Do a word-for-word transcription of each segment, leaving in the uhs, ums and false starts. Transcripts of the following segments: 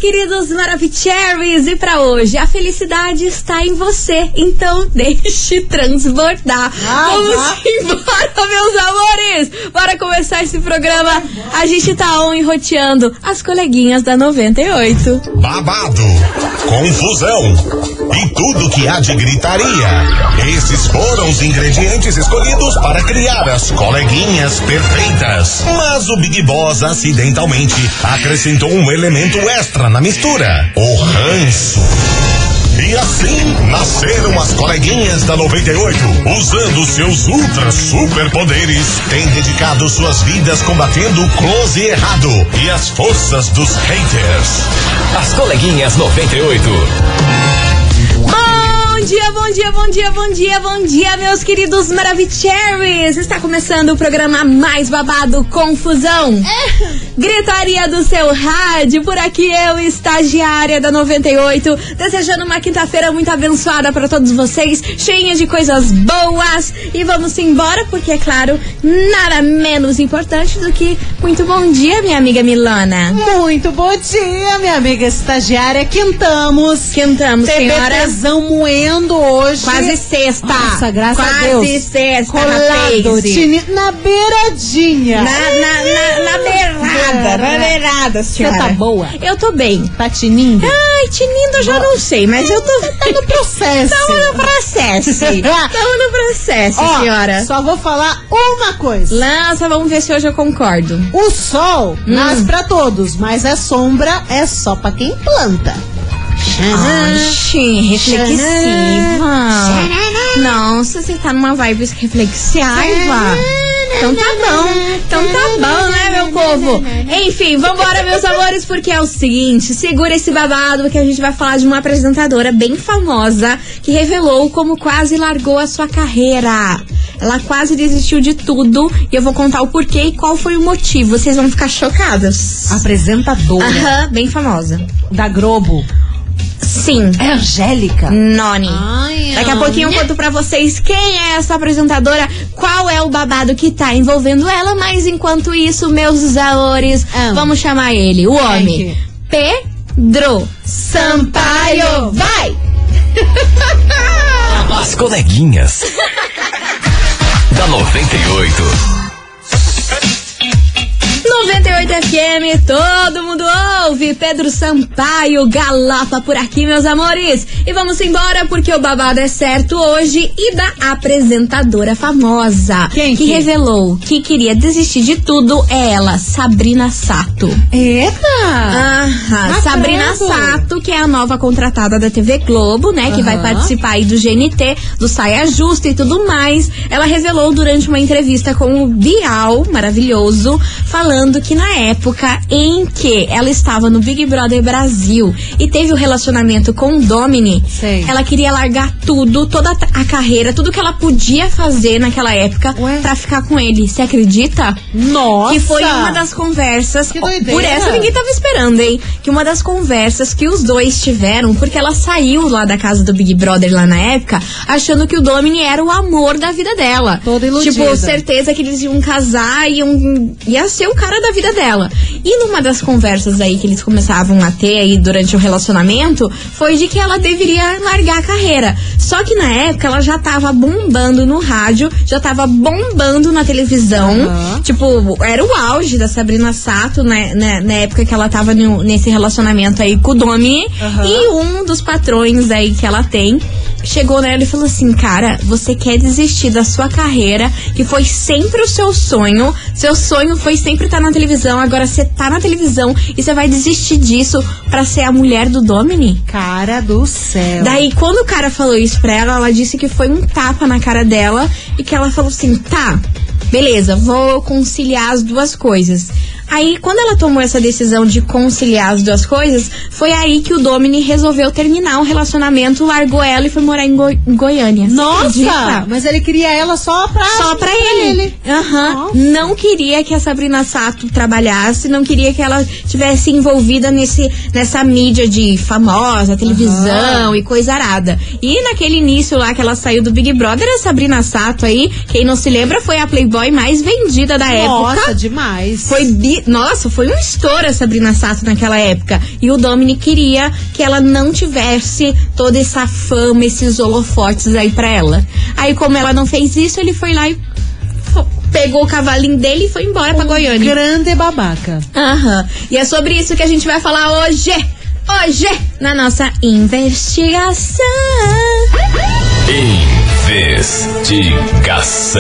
queridos Maravicheries, e pra hoje a felicidade está em você, então deixe transbordar. Ah, Vamos ah. embora, meus amores, bora começar esse programa. A gente tá on roteando as coleguinhas da noventa e oito. Babado, confusão e tudo que há de gritaria. Esses foram os ingredientes escolhidos para criar as coleguinhas perfeitas. Mas o Big Boss acidentalmente acrescentou um elemento extra na mistura: o ranço. E assim nasceram as coleguinhas da noventa e oito, usando seus ultra super poderes, têm dedicado suas vidas combatendo o close e errado e as forças dos haters. As coleguinhas noventa e oito. Bom dia, bom dia, bom dia, bom dia, bom dia, meus queridos Maravicheries. Está começando o programa mais babado, Confusão. É. Gritaria do seu rádio, por aqui eu, estagiária da noventa e oito, desejando uma quinta-feira muito abençoada para todos vocês, cheinha de coisas boas. E vamos embora, porque é claro, nada menos importante do que muito bom dia, minha amiga Milona. Muito bom dia, minha amiga estagiária. Quintamos. Quintamos, senhora. TBTzão moendo hoje. Quase sexta. Nossa, graças Quase a Deus. Quase sexta. Colado, tini, na beiradinha. Na, na, na, na beirada. Na beirada, senhora. Você tá boa? Eu tô bem. Tá tinindo? Ai, tinindo eu já não sei, mas eu tô... Tá no processo. Tamo no processo. Tamo no processo, Ó, senhora. Só vou falar uma coisa. Lança, vamos ver se hoje eu concordo. O sol hum. nasce pra todos, mas a sombra é só pra quem planta. Ai, reflexiva. Nossa, você tá numa vibe reflexiva. Então tá bom, então tá bom, né, meu povo? Enfim, vambora, meus amores, porque é o seguinte, segura esse babado que a gente vai falar de uma apresentadora bem famosa que revelou como quase largou a sua carreira. Ela quase desistiu de tudo e eu vou contar o porquê e qual foi o motivo. Vocês vão ficar chocadas. Apresentadora. Aham, bem famosa. Da Globo. Sim. É Angélica Noni. Ai, Daqui a pouquinho eu conto pra vocês quem é essa apresentadora, qual é o babado que tá envolvendo ela, mas enquanto isso, meus amores, ah. vamos chamar ele, o homem. Pedro Sampaio. Vai! As coleguinhas da noventa e oito. noventa e oito F M, todo mundo ouve. Pedro Sampaio galopa por aqui, meus amores. E vamos embora porque o babado é certo hoje e da apresentadora famosa. Quem que, que revelou que queria desistir de tudo é ela, Sabrina Sato. Eita! Aham, Sabrina Sato, que é a nova contratada da T V Globo, né? Que uhum. vai participar aí do G N T, do Saia Justa e tudo mais. Ela revelou durante uma entrevista com o Bial, maravilhoso, falando que na época em que ela estava no Big Brother Brasil e teve o relacionamento com o Domini, Sei. ela queria largar tudo, toda a carreira, tudo que ela podia fazer naquela época Ué? pra ficar com ele. Você acredita? Nossa! Que foi uma das conversas, que doideira. Por essa ninguém tava esperando, hein? Que uma das conversas que os dois tiveram, porque ela saiu lá da casa do Big Brother lá na época, achando que o Domini era o amor da vida dela. Toda iludida. Tipo, certeza que eles iam casar e iam, ia ser o cara da vida dela. E numa das conversas aí que eles começavam a ter aí durante o relacionamento, foi de que ela deveria largar a carreira. Só que na época ela já tava bombando no rádio, já tava bombando na televisão. Uhum. Tipo, era o auge da Sabrina Sato, né, né, na época que ela tava no, nesse relacionamento aí com o Domi. Uhum. E um dos patrões aí que ela tem chegou nela e falou assim: cara, você quer desistir da sua carreira, que foi sempre o seu sonho, seu sonho foi sempre estar na televisão, agora você tá na televisão e você vai desistir disso pra ser a mulher do Domini? Cara do céu. Daí, quando o cara falou isso pra ela, ela disse que foi um tapa na cara dela e que ela falou assim: tá, beleza, vou conciliar as duas coisas. Aí, quando ela tomou essa decisão de conciliar as duas coisas, foi aí que o Domini resolveu terminar o relacionamento, largou ela e foi morar em, Go- em Goiânia. Nossa! Acredita? Mas ele queria ela só pra... Só pra ele. Aham. Uhum. Não queria que a Sabrina Sato trabalhasse, não queria que ela tivesse envolvida nesse, nessa mídia de famosa, televisão uhum. e coisa arada. E naquele início lá que ela saiu do Big Brother, a Sabrina Sato aí, quem não se lembra, foi a Playboy mais vendida da Nossa, época. Nossa, demais. Foi E, nossa, foi um estouro a Sabrina Sato naquela época. E o Dominic queria que ela não tivesse toda essa fama, esses holofotes aí pra ela. Aí, como ela não fez isso, ele foi lá e pegou o cavalinho dele e foi embora um pra Goiânia. Grande babaca. Aham. E é sobre isso que a gente vai falar hoje. Hoje, na nossa investigação. Investigação.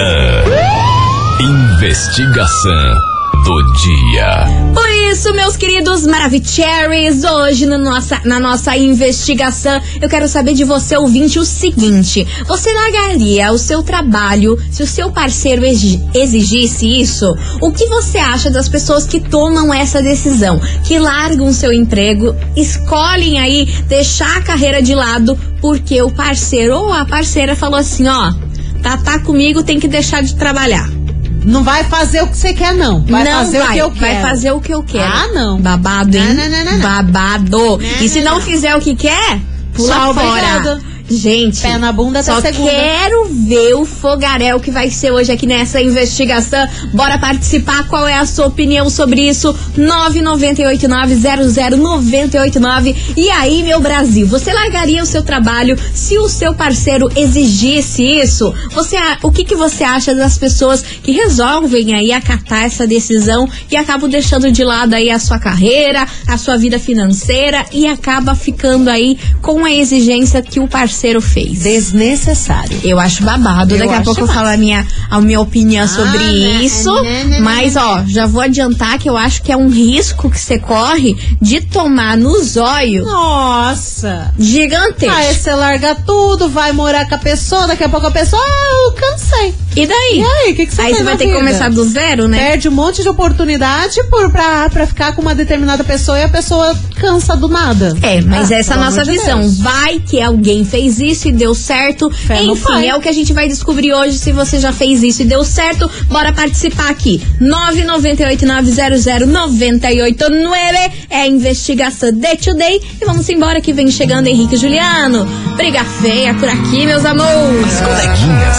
Investigação do dia. Por isso, meus queridos Maravicheries, hoje na nossa, na nossa investigação, eu quero saber de você, ouvinte, o seguinte: você largaria o seu trabalho se o seu parceiro exigisse isso? O que você acha das pessoas que tomam essa decisão, que largam seu emprego, escolhem aí deixar a carreira de lado porque o parceiro ou a parceira falou assim, ó, tá, tá comigo, tem que deixar de trabalhar. Não vai fazer o que você quer, não. Vai não fazer vai, o que eu quero. Vai fazer o que eu quero. Ah, não. Babado, hein? Não, não, não, não, não. Babado. Não, e se não, não fizer o que quer, pula tchau, fora. obrigada. Gente, pé na bunda até só segunda. Quero ver o fogaréu que vai ser hoje aqui nessa investigação. Bora participar. Qual é a sua opinião sobre isso? nove nove oito nove zero zero nove oito nove. E aí, meu Brasil, você largaria o seu trabalho se o seu parceiro exigisse isso? Você, o que, que você acha das pessoas que resolvem aí acatar essa decisão e acabam deixando de lado aí a sua carreira, a sua vida financeira e acaba ficando aí com a exigência que o parceiro fez? Desnecessário. Eu acho babado. Eu Daqui a acho pouco eu massa. falo a minha, a minha opinião Ah, sobre né, isso. né, né, Mas, ó, já vou adiantar que eu acho que é um risco que você corre de tomar no zóio Nossa. gigantesco. Aí você larga tudo, vai morar com a pessoa, daqui a pouco a pessoa, ah, eu cansei. E daí? E aí, o que, que você Aí fez você vai na ter que vida? começar do zero, né? Perde um monte de oportunidade por, pra, pra ficar com uma determinada pessoa e a pessoa cansa do nada. É, mas Ah, essa é a pelo nossa amor de visão. Deus. Vai que alguém fez isso e deu certo. Fé no Enfim, pai. é o que a gente vai descobrir hoje se você já fez isso e deu certo. Bora participar aqui. nove nove oito nove zero zero nove oito nove é a investigação de Today. E vamos embora que vem chegando Henrique e Juliano. Briga feia por aqui, meus amores. As coleguinhas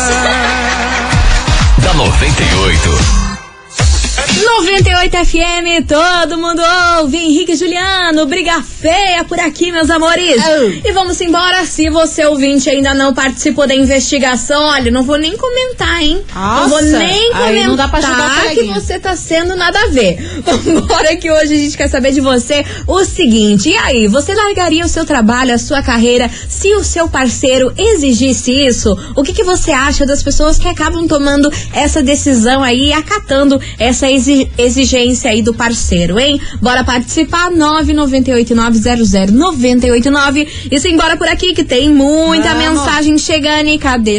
da noventa e oito. noventa e oito F M, todo mundo ouve. Henrique e Juliano, briga feia por aqui, meus amores. Oh. E vamos embora. Se você, ouvinte, ainda não participou da investigação, olha, não vou nem comentar, hein? Nossa, não vou nem aí não dá pra ajudar a comentar que coleguinha. você tá sendo nada a ver. Vambora que hoje a gente quer saber de você o seguinte. E aí, você largaria o seu trabalho, a sua carreira, se o seu parceiro exigisse isso? O que, que você acha das pessoas que acabam tomando essa decisão aí e acatando essa exi- exigência aí do parceiro, hein? Bora participar, nove nove oito nove zero zero nove oito nove. E simbora por aqui que tem muita Vamos. mensagem chegando. E cadê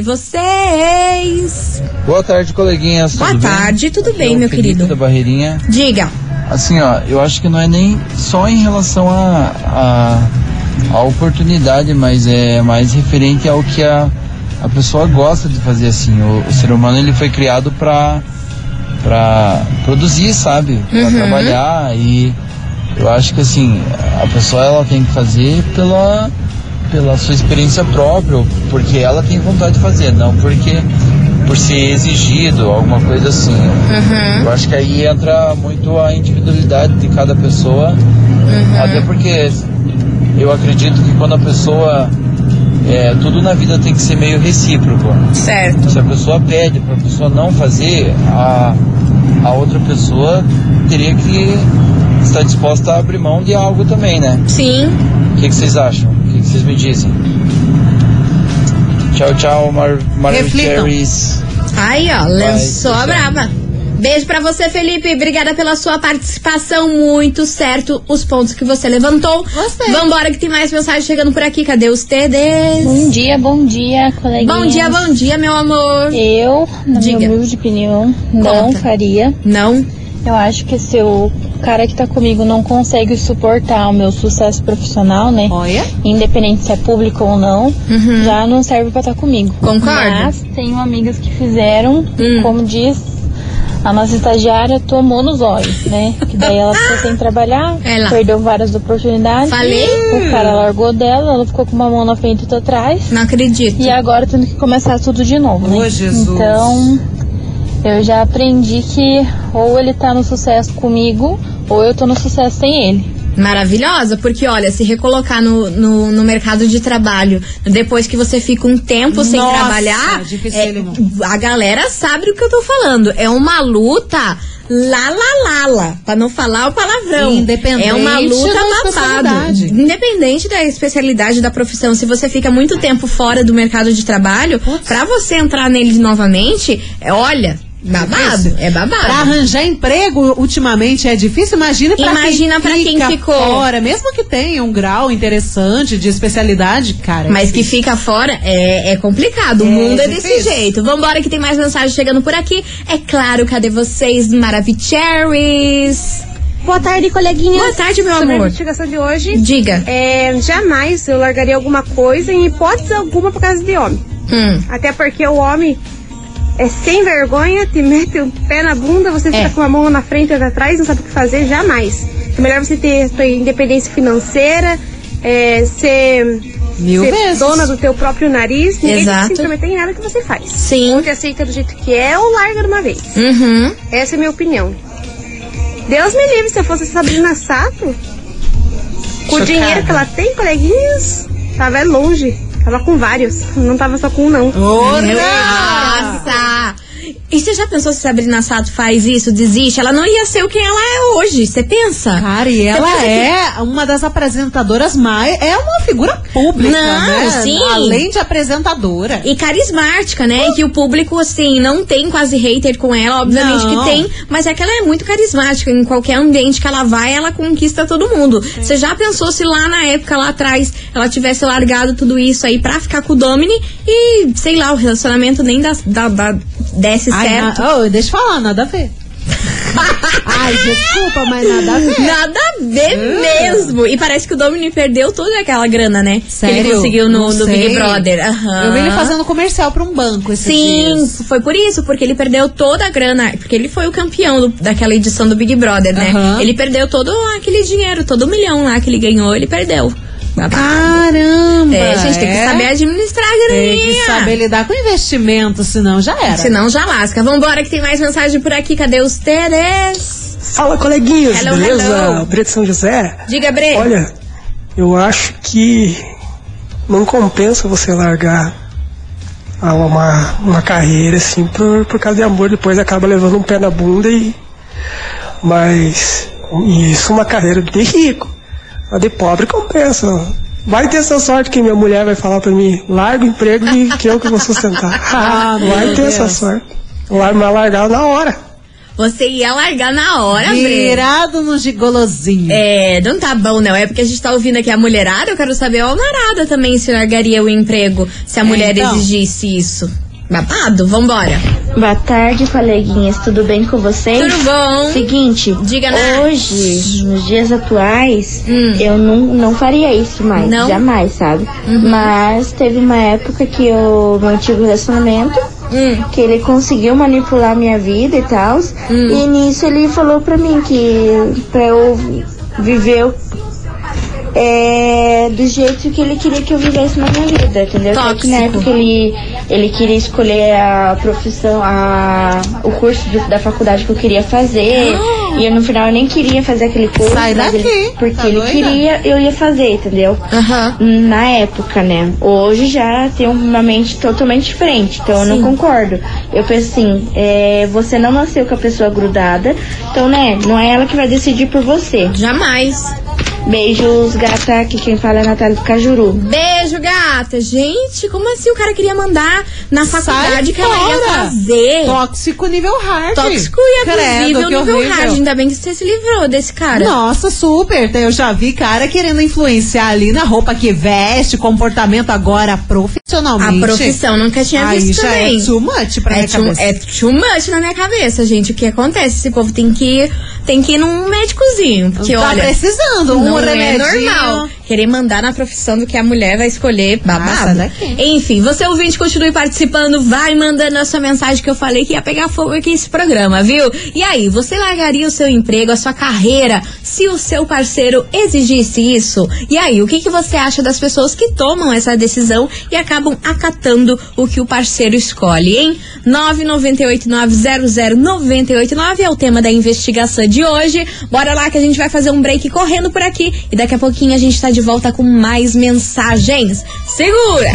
vocês? Boa tarde, coleguinhas. Boa tudo bem? tarde, tudo Aqui bem, é o meu Felipe querido? da Barreirinha. Diga. Assim, ó, eu acho que não é nem só em relação a, a, a oportunidade, mas é mais referente ao que a, a pessoa gosta de fazer, assim. O, o ser humano, ele foi criado pra, pra produzir, sabe? Pra Uhum. trabalhar, e eu acho que, assim, a pessoa, ela tem que fazer pela, pela sua experiência própria, porque ela tem vontade de fazer, não porque por ser exigido, alguma coisa assim. Uhum. Eu acho que aí entra muito a individualidade de cada pessoa, Uhum. até porque eu acredito que quando a pessoa, é, tudo na vida tem que ser meio recíproco. Certo. Se a pessoa pede para a pessoa não fazer, a, a outra pessoa teria que estar disposta a abrir mão de algo também, né? Sim. O que, que vocês acham? O que, que vocês me dizem? Tchau, tchau, Mar Reflitam. Cherries. Aí, ó, lançou a tchau. braba. Beijo pra você, Felipe. Obrigada pela sua participação. Muito certo os pontos que você levantou. Gostei. Vambora que tem mais mensagem chegando por aqui. Cadê os T Ds? Bom dia, bom dia, coleguinha. Bom dia, bom dia, meu amor. Eu, na Diga. minha humilde opinião, não Conta. faria. Não? Eu acho que se o cara que tá comigo não consegue suportar o meu sucesso profissional, né? Olha. Independente se é público ou não, Uhum. já não serve pra estar comigo. Concordo. Mas tenho amigas que fizeram, Hum. como diz a nossa estagiária, tomou nos olhos, né? Que daí ela ficou sem trabalhar, Ela. perdeu várias oportunidades. Falei? O cara largou dela, ela ficou com uma mão na frente e outra atrás. Não acredito. E agora tendo que começar tudo de novo, né? Ô, Jesus. Então, Eu já aprendi que ou ele tá no sucesso comigo, ou eu tô no sucesso sem ele. Maravilhosa, porque olha, se recolocar no, no, no mercado de trabalho depois que você fica um tempo sem Nossa, trabalhar, é, a galera sabe o que eu tô falando. É uma luta lá, lá, lá, lá, pra não falar o palavrão. Independente é uma luta da babado. Independente da especialidade da profissão. Se você fica muito tempo fora do mercado de trabalho, Putz. pra você entrar nele novamente, é, olha... Babado, é babado. Pra arranjar emprego, ultimamente, é difícil. Imagina pra Imagina quem, pra quem ficou fora. Mesmo que tenha um grau interessante de especialidade, cara. Mas é que fica fora é, é complicado. O é mundo é desse difícil. jeito. Vambora que tem mais mensagem chegando por aqui. É claro, cadê vocês, Maravicheries? Boa tarde, coleguinhas. Boa tarde, meu Sobre amor. a investigação de hoje. Diga. É, jamais eu largaria alguma coisa, em hipótese alguma, por causa de homem. Hum. Até porque o homem... é sem vergonha, te mete o pé na bunda, você fica é. com a mão na frente e outra atrás, não sabe o que fazer, jamais. É melhor você ter sua independência financeira, é, ser, Mil ser vezes. dona do teu próprio nariz, ninguém Exato. se intrometer em nada que você faz. Sim. Ou te aceita do jeito que é ou larga de uma vez. Uhum. Essa é a minha opinião. Deus me livre, se eu fosse Sabrina Sato, com Chocada. o dinheiro que ela tem, coleguinhas, tava longe. Tava com vários, não tava só com um, não. Oh, nossa! E você já pensou se Sabrina Sato faz isso, desiste? Ela não ia ser o que ela é hoje, você pensa? Cara, e ela é que... uma das apresentadoras mais... É uma figura pública, não, né? Sim. Além de apresentadora. E carismática, né? Uh. Que o público, assim, não tem quase hater com ela, obviamente não. que tem. Mas é que ela é muito carismática. Em qualquer ambiente que ela vai, ela conquista todo mundo. Você já pensou se lá na época, lá atrás, ela tivesse largado tudo isso aí pra ficar com o Domini e, sei lá, o relacionamento nem da, da, da, desse Ai, certo. Na... Oh, deixa eu falar, nada a ver. Ai, desculpa, mas nada a ver. Nada a ver uh. mesmo. E parece que o Domini perdeu toda aquela grana, né? Sério? Que ele conseguiu no, no Big Brother. Uhum. Eu vi ele fazendo comercial pra um banco esses Sim, dias. foi por isso, porque ele perdeu toda a grana. Porque ele foi o campeão do, daquela edição do Big Brother, né? Uhum. Ele perdeu todo aquele dinheiro, todo o milhão lá que ele ganhou, ele perdeu. Caramba! É, a gente tem que saber administrar a graninha. Tem que saber lidar com investimento, senão já era. Senão já lasca. Vambora que tem mais mensagem por aqui. Cadê os Teres? Fala, coleguinhas, hello, beleza? Hello. Bre de São José. Diga, Bre. Olha, eu acho que não compensa você largar uma, uma carreira assim por, por causa de amor. Depois acaba levando um pé na bunda e... Mas isso é uma carreira de rico. A de pobre compensa. Vai ter essa sorte que minha mulher vai falar pra mim, larga o emprego e que eu que vou sustentar. Ah, vai ter Deus. essa sorte. Vai largar na hora. Você ia largar na hora, virado no gigolozinho. É, não tá bom, não. É porque a gente tá ouvindo aqui a mulherada, eu quero saber a almarada também se largaria o emprego se a mulher então. exigisse isso. Babado, vambora. Boa tarde, coleguinhas. Tudo bem com vocês? Tudo bom. Seguinte, diga hoje, nos dias atuais, hum. eu não, não faria isso mais. Não? Jamais, sabe? Uhum. Mas teve uma época que o meu antigo relacionamento, hum. que ele conseguiu manipular minha vida e tal. Hum. E nisso ele falou pra mim que pra eu viver é, do jeito que ele queria que eu vivesse na minha vida, entendeu? Só que na época ele, ele queria escolher a profissão, a, o curso de, da faculdade que eu queria fazer. Ah. E eu, no final eu nem queria fazer aquele curso. Sai daqui, ele, porque tá ele doida? queria, eu ia fazer, entendeu? Uhum. Na época, né? Hoje já tem uma mente totalmente diferente, então Sim. eu não concordo. Eu penso assim, é, você não nasceu com a pessoa grudada, então, né, não é ela que vai decidir por você. Jamais. Beijos, gata, aqui quem fala é a Natália do Cajuru. Beijo, gata. Gente, como assim o cara queria mandar na faculdade que ela ia fazer? Tóxico nível hard. Tóxico e abusivo Credo, nível horrível. hard. Ainda bem que você se livrou desse cara. Nossa, super. Eu já vi cara querendo influenciar ali na roupa que veste, comportamento agora profissionalmente. A profissão, nunca tinha Aí visto já também. é too much pra é minha too, cabeça. É too much na minha cabeça, gente. O que acontece? Esse povo tem que tem que ir num médicozinho. Porque, tá olha, precisando, um não remedinho. é normal querer mandar na profissão do que a mulher vai escolher, babado. Nossa, Enfim, você ouvinte, continue participando, vai mandando a sua mensagem que eu falei que ia pegar fogo aqui esse programa, viu? E aí, você largaria o seu emprego, a sua carreira, se o seu parceiro exigisse isso? E aí, o que, que você acha das pessoas que tomam essa decisão e acabam acatando o que o parceiro escolhe, hein? nove nove oito nove zero zero nove oito nove é o tema da investigação de hoje. Bora lá que a gente vai fazer um break correndo por aqui e daqui a pouquinho a gente tá de volta com mais mensagens. Segura!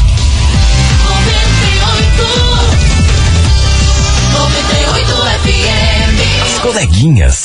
As coleguinhas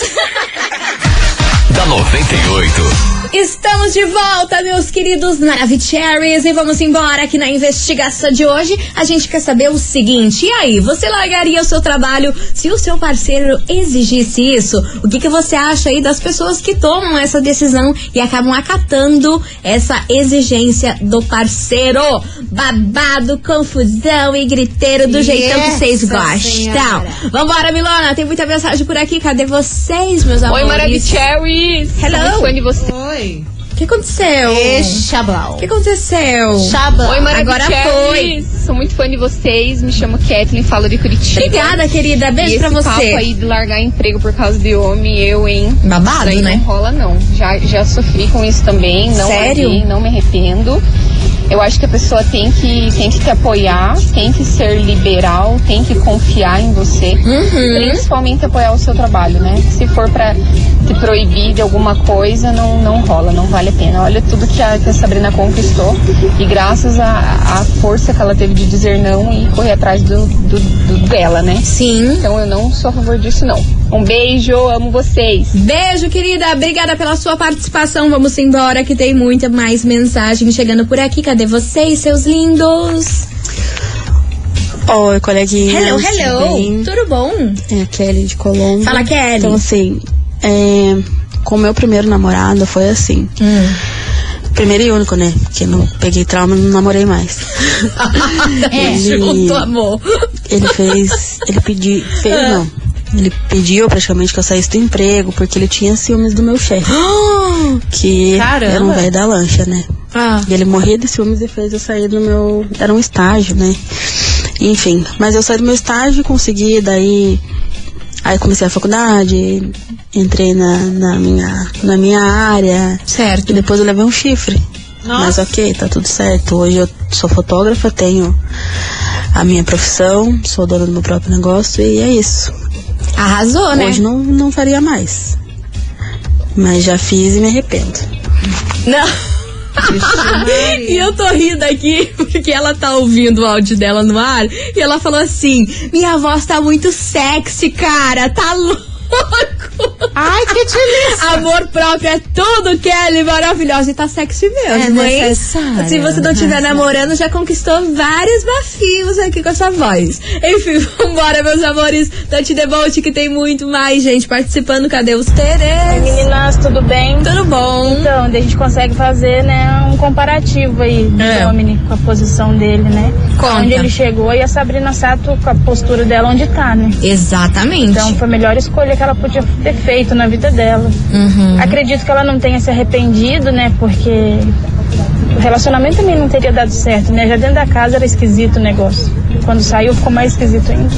da noventa e oito. Estamos de volta, meus queridos Maravicheries, e vamos embora aqui na investigação de hoje. A gente quer saber o seguinte: e aí, você largaria o seu trabalho se o seu parceiro exigisse isso? O que, que você acha aí das pessoas que tomam essa decisão e acabam acatando essa exigência do parceiro? Babado, confusão e griteiro do jeitão que vocês gostam. Vambora, Milona, tem muita mensagem por aqui. Cadê vocês, meus amores? Oi, Maravicheries. Hello. Sou muito fã de você. Oi. O que aconteceu? E Chablau. O que aconteceu? Chablau. Oi, Agora foi. Sou muito fã de vocês. Me chamo Kathleen, falo de Curitiba. Obrigada, querida. Beijo e pra esse você. papo aí de largar emprego por causa de homem, eu, hein? Babado, Isso aí né? não rola, não. Já, já sofri com isso também. Não Sério? larguei, não me arrependo. Eu acho que a pessoa tem que, tem que te apoiar, tem que ser liberal, tem que confiar em você. Uhum. Principalmente apoiar o seu trabalho, né? Se for pra te proibir de alguma coisa, não, não rola, não vale a pena. Olha tudo que a, que a Sabrina conquistou e graças à força que ela teve de dizer não e correr atrás do, do, do dela, né? Sim. Então eu não sou a favor disso, não. Um beijo, amo vocês. Beijo, querida. Obrigada pela sua participação. Vamos embora que tem muita mais mensagem chegando por aqui. Cadê vocês, seus lindos? Oi, coleguinha. Hello, hello. Tudo, Tudo bom? é a Kelly de Colombo. Fala, Kelly. Então, assim, é, com o meu primeiro namorado foi assim. Hum. Primeiro e único, né? Porque não peguei trauma e não namorei mais. É, junto, amor. Ele fez. Ele pediu. Fez, Ah. não. Ele pediu praticamente que eu saísse do emprego, porque ele tinha ciúmes do meu chefe. Que Caramba. era um velho da lancha, né? Ah. E ele morria de ciúmes e fez eu sair do meu... Era um estágio, né? Enfim, mas eu saí do meu estágio, consegui, daí... Aí comecei a faculdade, entrei na, na, minha, na minha área. Certo. E depois eu levei um chifre. Nossa. Mas ok, tá tudo certo. Hoje eu sou fotógrafa, tenho a minha profissão, sou dona do meu próprio negócio e é isso. Arrasou, né? Hoje não, não faria mais. Mas já fiz e me arrependo. Não. E eu tô rindo aqui porque ela tá ouvindo o áudio dela no ar e ela falou assim: minha voz tá muito sexy, cara, tá louco. Ai, que delícia. Amor próprio é tudo, Kelly, maravilhosa. E tá sexy mesmo, É hein? necessário. Se você não estiver namorando, já conquistou vários bafinhos aqui com essa voz. Enfim, vambora, meus amores. Tati Debolt, que tem muito mais gente participando. Cadê os Terês? Meninas, tudo bem? Tudo bom? Então, daí a gente consegue fazer, né, um comparativo aí do É. Domini com a posição dele, né? Conta. Onde ele chegou e a Sabrina Sato com a postura dela onde tá, né? Exatamente. Então foi a melhor escolha que ela podia ter feito na vida dela. Uhum. Acredito que ela não tenha se arrependido, né? Porque o relacionamento também não teria dado certo, né? Já dentro da casa era esquisito o negócio. Quando saiu ficou mais esquisito ainda.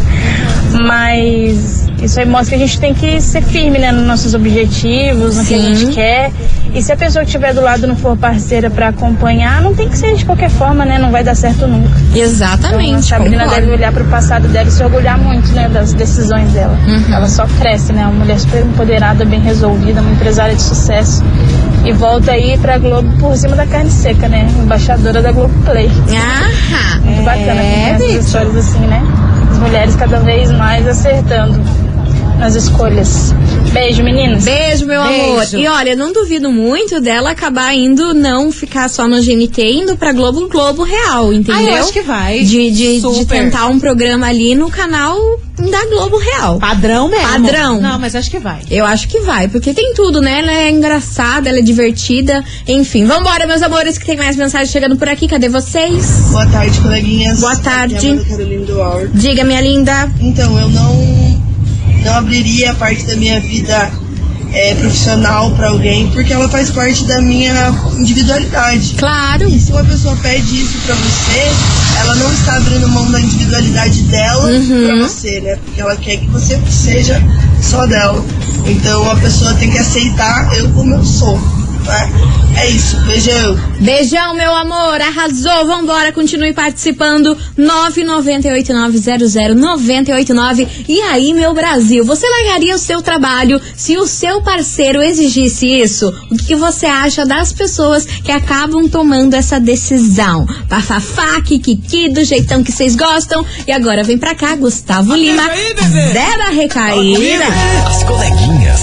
Mas isso aí mostra que a gente tem que ser firme, né? Nos nossos objetivos, no que a Sim. gente quer. E se a pessoa que estiver do lado não for parceira pra acompanhar, não tem que ser de qualquer forma, né? Não vai dar certo nunca. Exatamente. Então, a Sabrina concordo. deve olhar pro passado dela e se orgulhar muito, né, das decisões dela. Uhum. Ela só cresce, né? Uma mulher super empoderada, bem resolvida, uma empresária de sucesso. E volta aí pra Globo por cima da carne seca, né? Embaixadora da Globo Play. Aham. Muito bacana É, acompanhar essas bicho. histórias assim, né? As mulheres cada vez mais acertando nas escolhas. Beijo, meninas. Beijo, meu Beijo. amor. E olha, não duvido muito dela acabar indo, não ficar só no G N T, indo pra Globo Globo Real, entendeu? Ah, eu acho que vai. De, de, de Super. tentar um programa ali no canal da Globo Real. Padrão mesmo. Padrão. Não, mas acho que vai. Eu acho que vai, porque tem tudo, né? Ela é engraçada, ela é divertida. Enfim, vambora, meus amores, que tem mais mensagem chegando por aqui. Cadê vocês? Boa tarde, coleguinhas. Boa tarde. Aqui é a Ana Carolina do Aur. Diga, minha linda. Então, eu não não abriria parte da minha vida é, profissional para alguém, porque ela faz parte da minha individualidade. Claro. E se uma pessoa pede isso para você, ela não está abrindo mão da individualidade dela uhum. para você, né? Porque ela quer que você seja só dela. Então a pessoa tem que aceitar eu como eu sou. É isso, beijão. Beijão, meu amor, arrasou. Vambora, continue participando. nove nove oito nove zero zero nove oito nove. E aí, meu Brasil, você largaria o seu trabalho se o seu parceiro exigisse isso? O que você acha das pessoas que acabam tomando essa decisão? Bafafá, kikiki, do jeitão que vocês gostam. E agora vem pra cá, Gustavo Lima, Zé da Recaída. As coleguinhas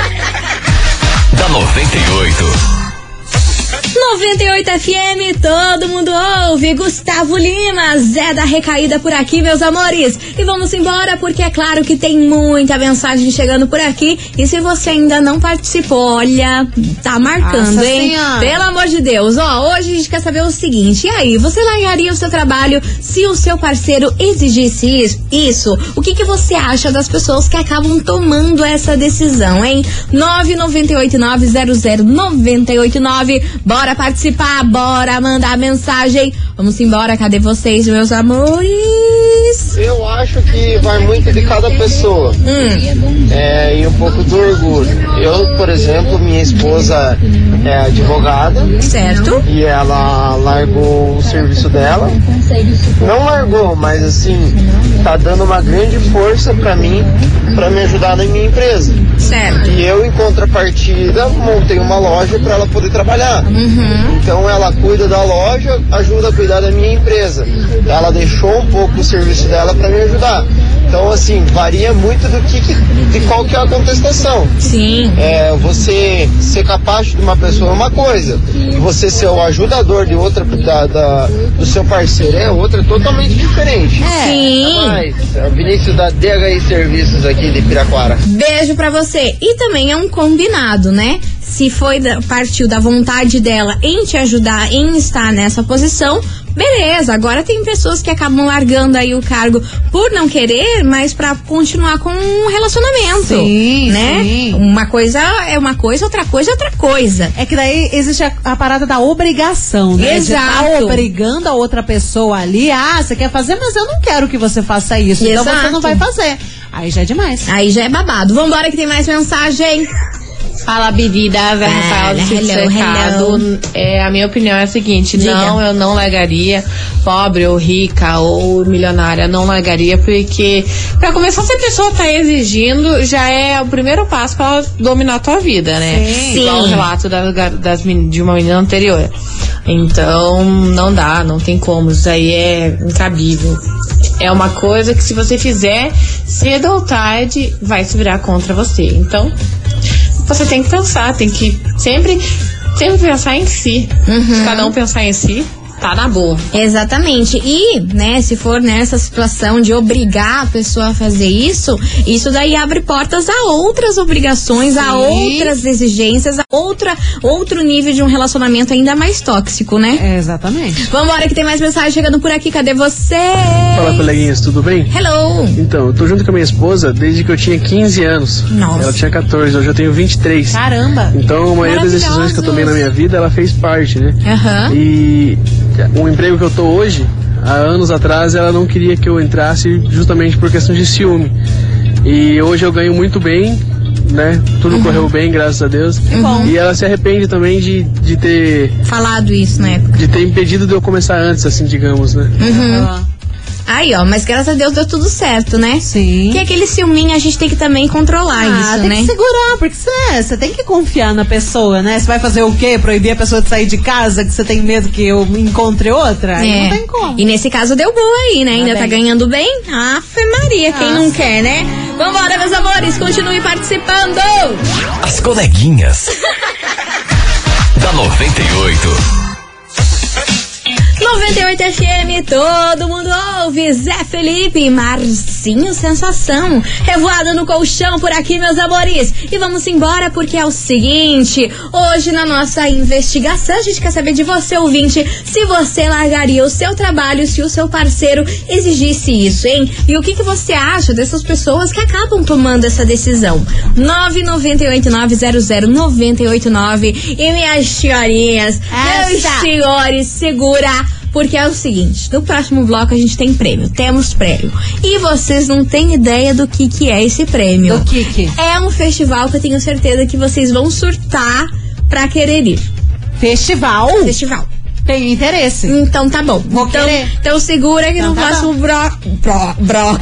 da noventa e oito. noventa e oito F M, todo mundo ouve. Gustavo Lima, Zé da Recaída por aqui, meus amores. E vamos embora, porque é claro que tem muita mensagem chegando por aqui. E se você ainda não participou, olha, tá marcando, Nossa hein? Senhora. Pelo amor de Deus. Ó, hoje a gente quer saber o seguinte: e aí, você largaria o seu trabalho se o seu parceiro exigisse isso? O que que você acha das pessoas que acabam tomando essa decisão, hein? nove nove oito nove zero zero nove oito nove. Bora participar, bora mandar mensagem. Vamos embora, cadê vocês, meus amores? Eu acho que vai muito de cada pessoa. Hum. É, e um pouco do orgulho. Eu, por exemplo, minha esposa é advogada. Certo. E ela largou o serviço dela. Não largou, mas assim, tá dando uma grande força pra mim, pra me ajudar na minha empresa. Certo. E eu, em contrapartida, montei uma loja pra ela poder trabalhar. Uhum. Então ela cuida da loja, ajuda a cuidar da minha empresa. Ela deixou um pouco o serviço dela para me ajudar. Então, assim, varia muito do que, de qual que é a contestação. Sim. É, você ser capaz de uma pessoa é uma coisa, você ser o ajudador de outra, da, da, do seu parceiro é outra, totalmente diferente. É. Sim. Mas, é o Vinícius da D H I Serviços aqui de Piraquara. Beijo pra você. E também é um combinado, né? Se foi da, partiu da vontade dela em te ajudar, em estar nessa posição, beleza. Agora tem pessoas que acabam largando aí o cargo por não querer, mas pra continuar com um relacionamento. Sim, né? sim. Uma coisa é uma coisa, outra coisa é outra coisa. É que daí existe a, a parada da obrigação, né? Exato. De tá obrigando a outra pessoa ali, ah, você quer fazer, mas eu não quero que você faça isso. Exato. Então você não vai fazer. Aí já é demais. Aí já é babado. Vambora que tem mais mensagem. Fala, Bebida, Zé Rafael do Sítio Cercado. É, a minha opinião é a seguinte: Diga. Não, eu não largaria, pobre ou rica ou milionária, não largaria, porque pra começar, se a pessoa tá exigindo, já é o primeiro passo pra ela dominar a tua vida, né? Sim. Igual o relato da, das, de uma menina anterior. Então, não dá, não tem como, isso aí é incabível. É uma coisa que, se você fizer, cedo ou tarde, vai se virar contra você. Então, você tem que pensar, tem que sempre, sempre pensar em si. Uhum. Se cada um pensar em si, tá na boa. Exatamente. E, né, se for nessa situação de obrigar a pessoa a fazer isso, isso daí abre portas a outras obrigações, Sim. a outras exigências, a outra, outro nível de um relacionamento ainda mais tóxico, né? É, exatamente. Vambora que tem mais mensagem chegando por aqui. Cadê você? Fala, coleguinhas, tudo bem? Hello. Então, eu tô junto com a minha esposa desde que eu tinha quinze anos. Nossa. Ela tinha catorze, hoje eu tenho vinte e três. Caramba. Então, a maioria das decisões que eu tomei na minha vida, ela fez parte, né? Aham. Uhum. E o emprego que eu tô hoje, há anos atrás, ela não queria que eu entrasse justamente por questão de ciúme. E hoje eu ganho muito bem, né? Tudo uhum. correu bem, graças a Deus. Uhum. E ela se arrepende também de, de ter... falado isso na época. De ter impedido de eu começar antes, assim, digamos, né? Uhum. Aí, ó, mas graças a Deus deu tudo certo, né? Sim. Que aquele ciúminho a gente tem que também controlar ah, isso, tem né? Tem que segurar, porque você tem que confiar na pessoa, né? Você vai fazer o quê? Proibir a pessoa de sair de casa, que você tem medo que eu encontre outra? Aí é. não tem como. E nesse caso deu boa aí, né? Tá Ainda bem. tá ganhando bem? Afe Maria, Nossa. quem não quer, né? Vambora, meus amores, continue participando! As coleguinhas da noventa e oito. noventa e oito F M, todo mundo ouve. Zé Felipe e Marcinho Sensação. Revoada no colchão por aqui, meus amores. E vamos embora porque é o seguinte: hoje na nossa investigação a gente quer saber de você, ouvinte, se você largaria o seu trabalho se o seu parceiro exigisse isso, hein? E o que, que você acha dessas pessoas que acabam tomando essa decisão? nove nove oito nove zero zero nove oito nove. E minhas senhorinhas, meus senhores, segura, porque é o seguinte: no próximo bloco a gente tem prêmio, temos prêmio, e vocês não têm ideia do que que é esse prêmio. Do que que? É um festival que eu tenho certeza que vocês vão surtar pra querer ir. Festival? Festival. Tenho interesse. Então tá bom. Vou então, querer. então segura que Então no tá próximo bro... Bro... Bro...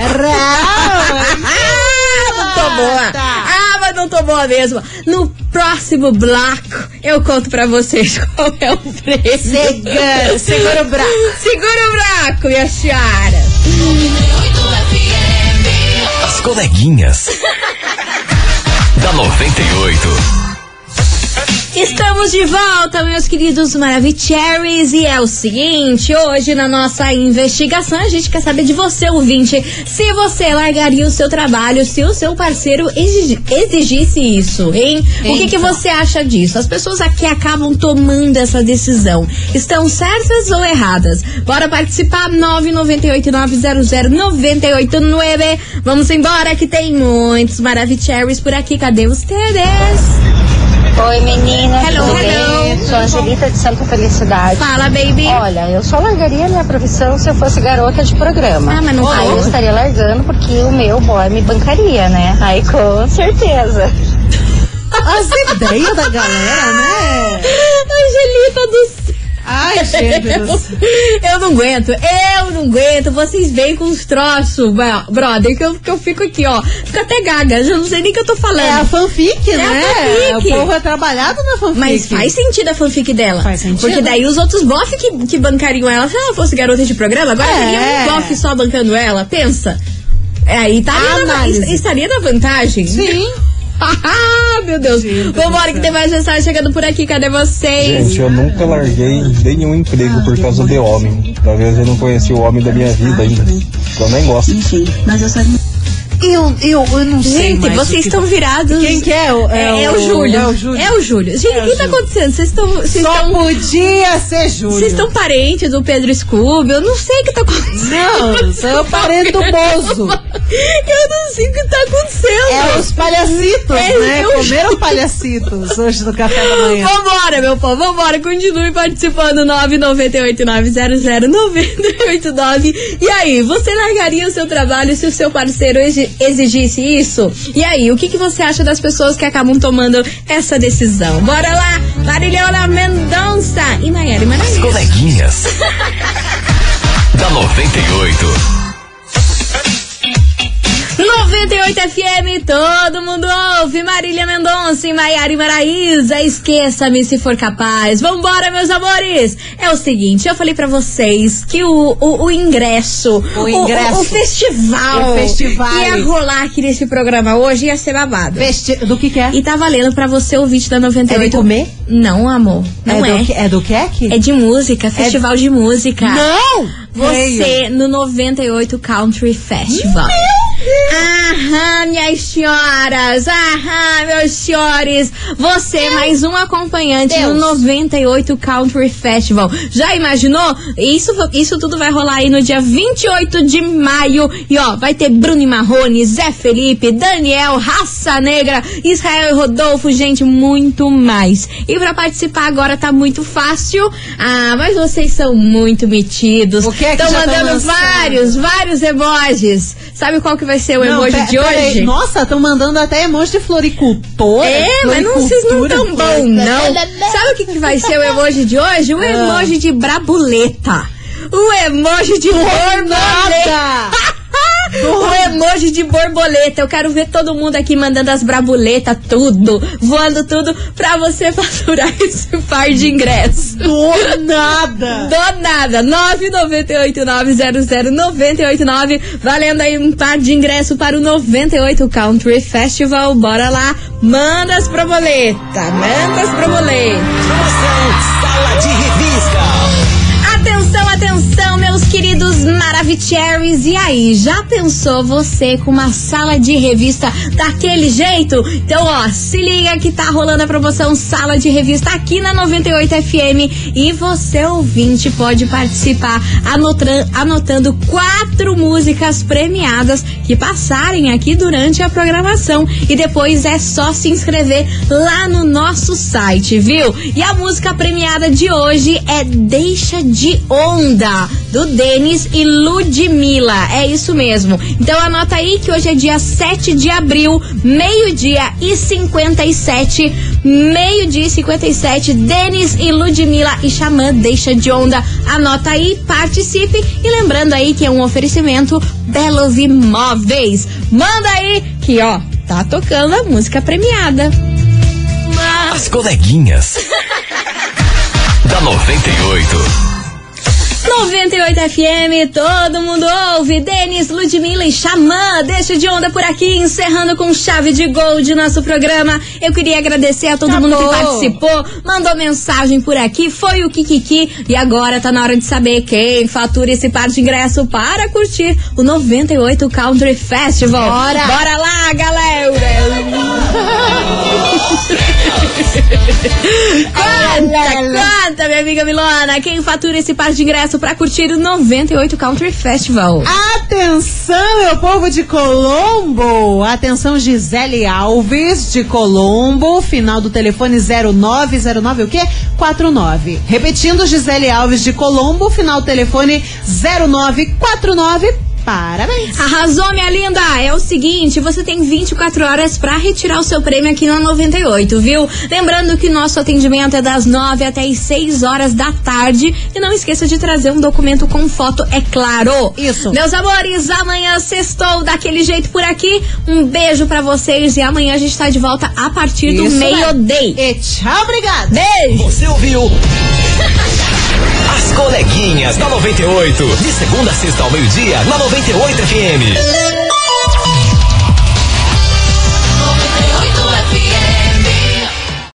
Ah, não tô boa. Ah, mas não tô boa mesmo. No próximo bloco eu conto pra vocês qual é o prêmio. Segura, segura o braço. Segura o braço, minha senhora. As coleguinhas da noventa e oito. Estamos de volta, meus queridos Maravicheries, e é o seguinte: hoje na nossa investigação a gente quer saber de você, ouvinte, se você largaria o seu trabalho se o seu parceiro exigi- exigisse isso, hein? Eita. O que, que você acha disso? As pessoas aqui acabam tomando essa decisão. Estão certas ou erradas? Bora participar, nove nove oito nove zero zero nove oito nove. Vamos embora que tem muitos Maravicheries por aqui. Cadê os teres? Oi, meninas, hello, tudo hello. bem? Sou Angelita de Santa Felicidade. Fala, baby. Olha, eu só largaria minha profissão se eu fosse garota de programa. Ah, mas não Aí vai. eu estaria largando porque o meu boy me bancaria, né? Aí com certeza. As ideias da galera, né? Angelita do céu. Ai, gente. Eu não aguento, eu não aguento. Vocês vêm com os troços, brother, que eu, que eu fico aqui, ó. Fico até gaga, já não sei nem o que eu tô falando. É a fanfic, é né? A fanfic. O povo é trabalhado na fanfic. Mas faz sentido a fanfic dela. Faz sentido. Porque daí os outros bof que, que bancariam ela, se ela fosse garota de programa, agora É. teria um bof só bancando ela. Pensa. É, aí estaria na, estaria na vantagem. Sim. Ah, meu Deus. Vambora que tem mais mensagem chegando por aqui. Cadê vocês? Gente, eu nunca larguei nenhum emprego por causa de homem. Talvez eu não conheci o homem da minha vida ainda. Eu nem gosto. Enfim, mas eu sei. Eu, eu, eu não sei. Gente, mais vocês o que- estão virados. Quem que é? O, É, é o Júlio. É o Júlio. É o Júlio. Gente, o que tá acontecendo? Vocês estão. Vocês Só estão. podia ser Júlio. Vocês estão parentes do Pedro Scooby? Eu não sei o que tá acontecendo. Não, sou parente do Bozo. Eu não sei o que tá acontecendo. É os palhacitos, É, né? eu- Comeram palhacitos hoje no café da manhã. Vambora, meu povo, vambora. Continue participando. nove nove oito nove zero zero nove oito nove. E aí, você largaria o seu trabalho se o seu parceiro exi- exigisse isso? E aí, o que, que você acha das pessoas que acabam tomando essa decisão? Bora lá, Marília Mendonça e Maiara As Maravilha. coleguinhas da noventa e oito. noventa e oito F M, todo mundo ouve. Marília Mendonça e Maiara e Maraísa. Esqueça-me se for capaz. Vambora, meus amores. É o seguinte, eu falei pra vocês que o, o, o ingresso, O ingresso. o, o festival, O festival. ia rolar aqui nesse programa hoje, ia ser babado. Vesti... Do que que é? E tá valendo pra você, ouvinte da noventa e oito. É de comer? Não, amor, não é. Do que, é do que é que? É de música, festival de música. Não! Você Veio. no noventa e oito Country Festival. Aham, minhas senhoras. Aham, meus senhores. Você mais um acompanhante Deus. no noventa e oito Country Festival. Já imaginou? Isso, isso tudo vai rolar aí no dia vinte e oito de maio. E ó, vai ter Bruno e Marrone, Zé Felipe, Daniel, Raça Negra, Israel e Rodolfo, gente, muito mais. E pra participar agora tá muito fácil. Ah, mas vocês são muito metidos. O que é que Estão já tão mandando lançando? vários, vários emojis. Sabe qual que vai ser o Não, emoji pe- de peraí. hoje? Nossa, estão mandando até emoji de floricultor. É, mas não, vocês não tão bom, não. Sabe o que, que vai ser o emoji de hoje? O Ah. emoji de brabuleta. O emoji de borboleta. O emoji de borboleta. Eu quero ver todo mundo aqui mandando as brabuletas, tudo, voando tudo, pra você faturar esse par de ingressos. Do nada. Do nada. nove nove oito nove zero zero nove oito nove. Valendo aí um par de ingresso para o noventa e oito Country Festival. Bora lá. Manda as borboletas. Manda as borboletas. Sala de Revista. Atenção, Atenção, atenção, meus queridos Maravicheries. E aí, já pensou você com uma sala de revista daquele jeito? Então, ó, se liga que tá rolando a promoção Sala de Revista aqui na noventa e oito F M. E você, ouvinte, pode participar anotando, anotando quatro músicas premiadas que passarem aqui durante a programação. E depois é só se inscrever lá no nosso site, viu? E a música premiada de hoje é Deixa de Onda, do Denis e Ludmilla. É isso mesmo. Então anota aí que hoje é dia sete de abril, meio-dia e cinquenta e sete. Meio-dia e cinquenta e sete, Denis e Ludmilla e Xamã, Deixa de Onda. Anota aí, participe. E lembrando aí que é um oferecimento Belos Imóveis. Manda aí que, ó, tá tocando a música premiada. As coleguinhas da noventa e oito. noventa e oito F M, todo mundo ouve. Denis, Ludmilla e Xamã, Deixa de Onda por aqui, encerrando com chave de gol de nosso programa. Eu queria agradecer a todo Acabou. mundo que participou, mandou mensagem por aqui, foi o Kikiki. E agora tá na hora de saber quem fatura esse par de ingresso para curtir o noventa e oito Country Festival. Bora, Bora lá, galera! Conta, conta, minha amiga Milona, quem fatura esse par de ingresso pra curtir o noventa e oito Country Festival? Atenção, meu povo de Colombo! Atenção, Gisele Alves de Colombo, final do telefone zero nove zero nove, o quê? quatro nove. Repetindo, Gisele Alves de Colombo, final do telefone zero nove quatro nove. Parabéns! Arrasou, minha linda! É o seguinte, você tem vinte e quatro horas pra retirar o seu prêmio aqui na noventa e oito, viu? Lembrando que nosso atendimento é das nove até as seis horas da tarde. E não esqueça de trazer um documento com foto, é claro! Isso! Meus amores, amanhã sextou daquele jeito por aqui. Um beijo pra vocês e amanhã a gente tá de volta a partir Isso, do meio-dia. E tchau, obrigada! Beijo! Você ouviu? As coleguinhas da noventa e oito. De segunda a sexta ao meio-dia, na noventa e oito F M.